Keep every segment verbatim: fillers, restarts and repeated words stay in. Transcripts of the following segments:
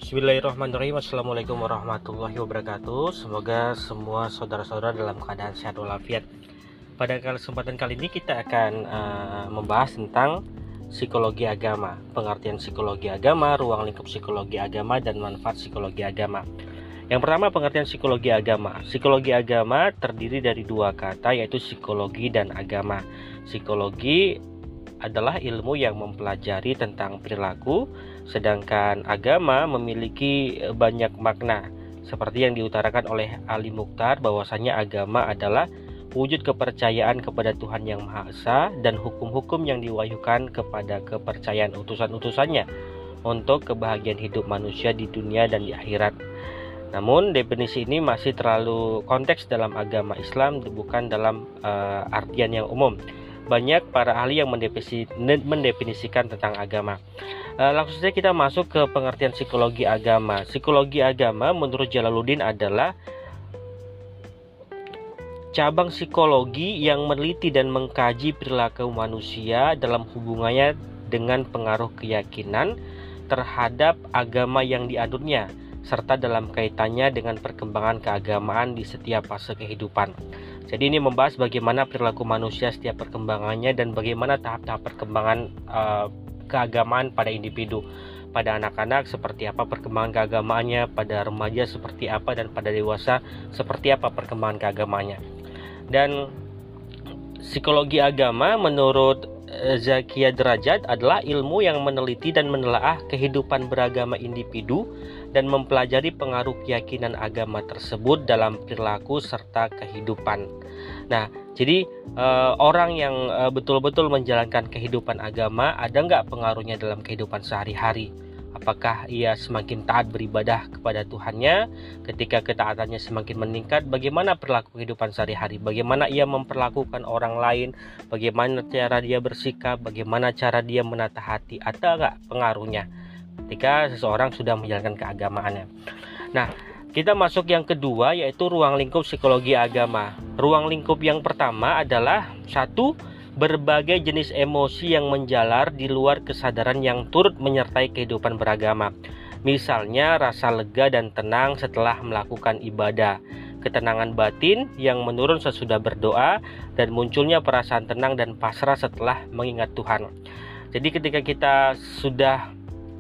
Bismillahirrahmanirrahim. Assalamualaikum warahmatullahi wabarakatuh. Semoga semua saudara-saudara dalam keadaan sehat walafiat. Pada kesempatan kali ini kita akan uh, membahas tentang psikologi agama, pengertian psikologi agama, ruang lingkup psikologi agama, dan manfaat psikologi agama. Yang pertama, pengertian psikologi agama. Psikologi agama terdiri dari dua kata, yaitu psikologi dan agama. Psikologi adalah ilmu yang mempelajari tentang perilaku, sedangkan agama memiliki banyak makna. Seperti yang diutarakan oleh Ali Mukhtar, bahwasanya agama adalah wujud kepercayaan kepada Tuhan Yang Maha Esa dan hukum-hukum yang diwahyukan kepada kepercayaan utusan-utusannya untuk kebahagiaan hidup manusia di dunia dan di akhirat. Namun definisi ini masih terlalu konteks dalam agama Islam, bukan dalam uh, artian yang umum. Banyak para ahli yang mendefinisi, mendefinisikan tentang agama. Uh, langsung saja kita masuk ke pengertian psikologi agama. Psikologi agama menurut Jalaluddin adalah cabang psikologi yang meneliti dan mengkaji perilaku manusia dalam hubungannya dengan pengaruh keyakinan terhadap agama yang dianutnya, serta dalam kaitannya dengan perkembangan keagamaan di setiap fase kehidupan. Jadi ini membahas bagaimana perilaku manusia setiap perkembangannya dan bagaimana tahap-tahap perkembangan uh, keagamaan pada individu. Pada anak-anak seperti apa perkembangan keagamaannya, pada remaja seperti apa, dan pada dewasa seperti apa perkembangan keagamaannya. Dan psikologi agama menurut Zakia Derajat adalah ilmu yang meneliti dan menelaah kehidupan beragama individu dan mempelajari pengaruh keyakinan agama tersebut dalam perilaku serta kehidupan. Nah, jadi eh, orang yang eh, betul-betul menjalankan kehidupan agama, ada nggak pengaruhnya dalam kehidupan sehari-hari? Apakah ia semakin taat beribadah kepada Tuhannya? Ketika ketaatannya semakin meningkat, bagaimana perilaku kehidupan sehari-hari? Bagaimana ia memperlakukan orang lain? Bagaimana cara dia bersikap? Bagaimana cara dia menata hati? Ada nggak pengaruhnya ketika seseorang sudah menjalankan keagamaannya? Nah, kita masuk yang kedua, yaitu ruang lingkup psikologi agama. Ruang lingkup yang pertama adalah satu, berbagai jenis emosi yang menjalar di luar kesadaran yang turut menyertai kehidupan beragama. Misalnya rasa lega dan tenang setelah melakukan ibadah, ketenangan batin yang menurun sesudah berdoa, dan munculnya perasaan tenang dan pasrah setelah mengingat Tuhan. Jadi ketika kita sudah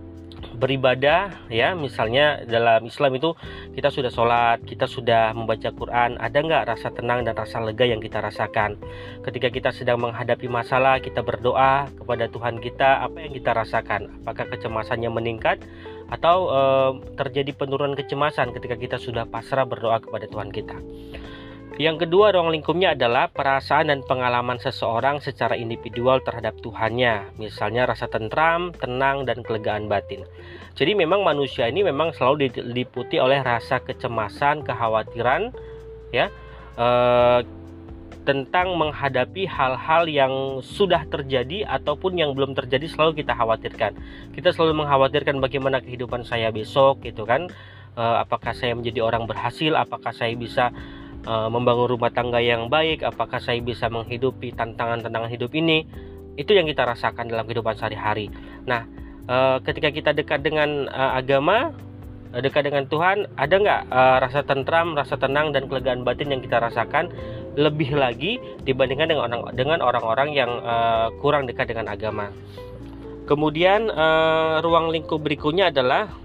beribadah, ya, misalnya dalam Islam itu kita sudah sholat, kita sudah membaca Quran, ada nggak rasa tenang dan rasa lega yang kita rasakan? Ketika kita sedang menghadapi masalah, kita berdoa kepada Tuhan kita, apa yang kita rasakan? Apakah kecemasannya meningkat atau e, terjadi penurunan kecemasan ketika kita sudah pasrah berdoa kepada Tuhan kita? Yang kedua, ruang lingkupnya adalah perasaan dan pengalaman seseorang secara individual terhadap Tuhannya. Misalnya rasa tentram, tenang, dan kelegaan batin. Jadi memang manusia ini memang selalu diliputi oleh rasa kecemasan, kekhawatiran, ya, eh, tentang menghadapi hal-hal yang sudah terjadi ataupun yang belum terjadi, selalu kita khawatirkan. Kita selalu mengkhawatirkan bagaimana kehidupan saya besok, gitu kan? Eh, apakah saya menjadi orang berhasil? Apakah saya bisa membangun rumah tangga yang baik, apakah saya bisa menghidupi tantangan-tantangan hidup ini? Itu yang kita rasakan dalam kehidupan sehari-hari. Nah, ketika kita dekat dengan agama, dekat dengan Tuhan, ada nggak rasa tentram, rasa tenang, dan kelegaan batin yang kita rasakan lebih lagi dibandingkan dengan orang dengan orang-orang yang kurang dekat dengan agama? Kemudian ruang lingkup berikutnya adalah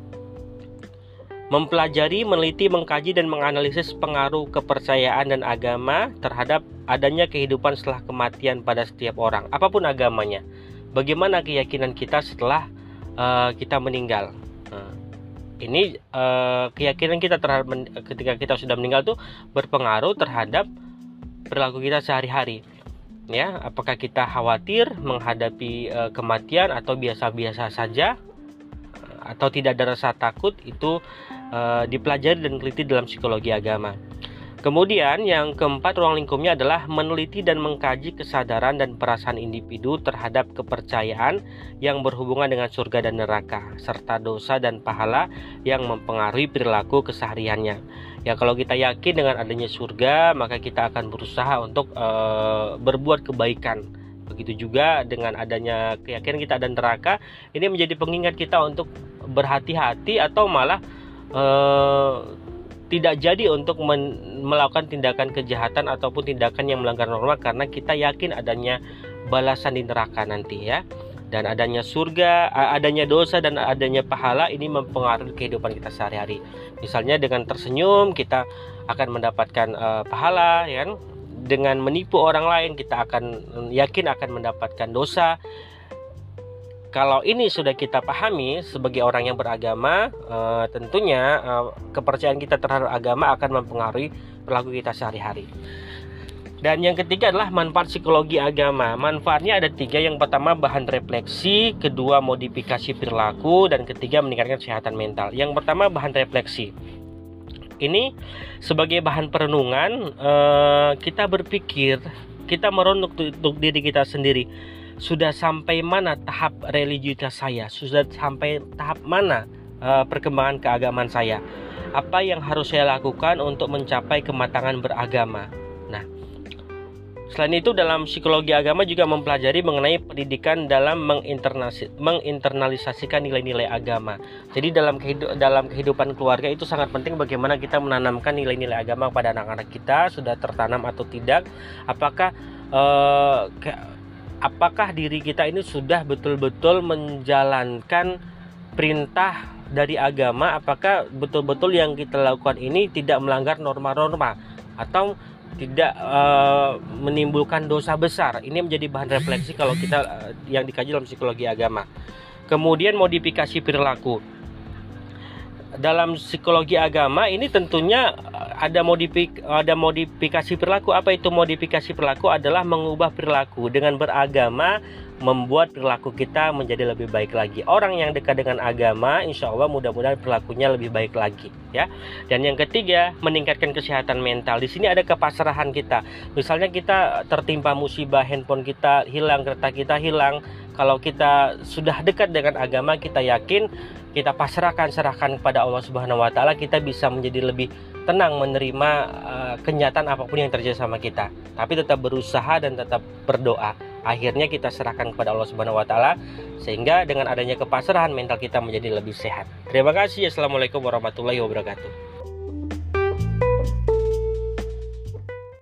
mempelajari, meneliti, mengkaji, dan menganalisis pengaruh kepercayaan dan agama terhadap adanya kehidupan setelah kematian pada setiap orang, apapun agamanya. Bagaimana keyakinan kita setelah uh, kita meninggal? Nah, ini uh, keyakinan kita terhadap ketika kita sudah meninggal itu berpengaruh terhadap perilaku kita sehari-hari. Ya, apakah kita khawatir menghadapi uh, kematian atau biasa-biasa saja? Atau tidak ada rasa takut? Itu uh, dipelajari dan diteliti dalam psikologi agama. Kemudian yang keempat, ruang lingkupnya adalah meneliti dan mengkaji kesadaran dan perasaan individu terhadap kepercayaan yang berhubungan dengan surga dan neraka, serta dosa dan pahala yang mempengaruhi perilaku kesehariannya. Ya, kalau kita yakin dengan adanya surga, maka kita akan berusaha untuk uh, berbuat kebaikan. Begitu juga dengan adanya keyakinan kita ada neraka, ini menjadi pengingat kita untuk berhati-hati atau malah eh, tidak jadi untuk men- melakukan tindakan kejahatan ataupun tindakan yang melanggar norma, karena kita yakin adanya balasan di neraka nanti ya. Dan adanya surga, adanya dosa dan adanya pahala ini mempengaruhi kehidupan kita sehari-hari. Misalnya dengan tersenyum kita akan mendapatkan uh, pahala, ya kan? Dengan menipu orang lain kita akan yakin akan mendapatkan dosa. Kalau ini sudah kita pahami sebagai orang yang beragama, uh, tentunya uh, kepercayaan kita terhadap agama akan mempengaruhi perilaku kita sehari-hari. Dan yang ketiga adalah manfaat psikologi agama. Manfaatnya ada tiga. Yang pertama bahan refleksi, kedua modifikasi perilaku, dan ketiga meningkatkan kesehatan mental. Yang pertama bahan refleksi. Ini sebagai bahan perenungan, eh, kita berpikir, kita merenung untuk diri kita sendiri. Sudah sampai mana tahap religiusitas saya? Sudah sampai tahap mana eh, perkembangan keagamaan saya? Apa yang harus saya lakukan untuk mencapai kematangan beragama? Nah, selain itu dalam psikologi agama juga mempelajari mengenai pendidikan dalam menginternalisasikan nilai-nilai agama. Jadi dalam kehidupan, dalam kehidupan keluarga itu sangat penting bagaimana kita menanamkan nilai-nilai agama pada anak-anak kita, sudah tertanam atau tidak. Apakah eh, ke, apakah diri kita ini sudah betul-betul menjalankan perintah dari agama? Apakah betul-betul yang kita lakukan ini tidak melanggar norma-norma atau tidak uh, menimbulkan dosa besar? Ini menjadi bahan refleksi kalau kita uh, yang dikaji dalam psikologi agama. Kemudian modifikasi perilaku. Dalam psikologi agama ini tentunya ada modifik ada modifikasi perilaku. Apa itu modifikasi perilaku? Adalah mengubah perilaku. Dengan beragama membuat perilaku kita menjadi lebih baik lagi. Orang yang dekat dengan agama, insya Allah mudah-mudahan perilakunya lebih baik lagi, ya. Dan yang ketiga, meningkatkan kesehatan mental. Di sini ada kepasrahan kita. Misalnya kita tertimpa musibah, handphone kita hilang, kereta kita hilang. Kalau kita sudah dekat dengan agama, kita yakin, kita pasrahkan, serahkan kepada Allah Subhanahu Wa Taala, kita bisa menjadi lebih tenang menerima uh, kenyataan apapun yang terjadi sama kita. Tapi tetap berusaha dan tetap berdoa. Akhirnya kita serahkan kepada Allah Subhanahu Wa Taala, sehingga dengan adanya kepasrahan mental kita menjadi lebih sehat. Terima kasih. Assalamualaikum warahmatullahi wabarakatuh.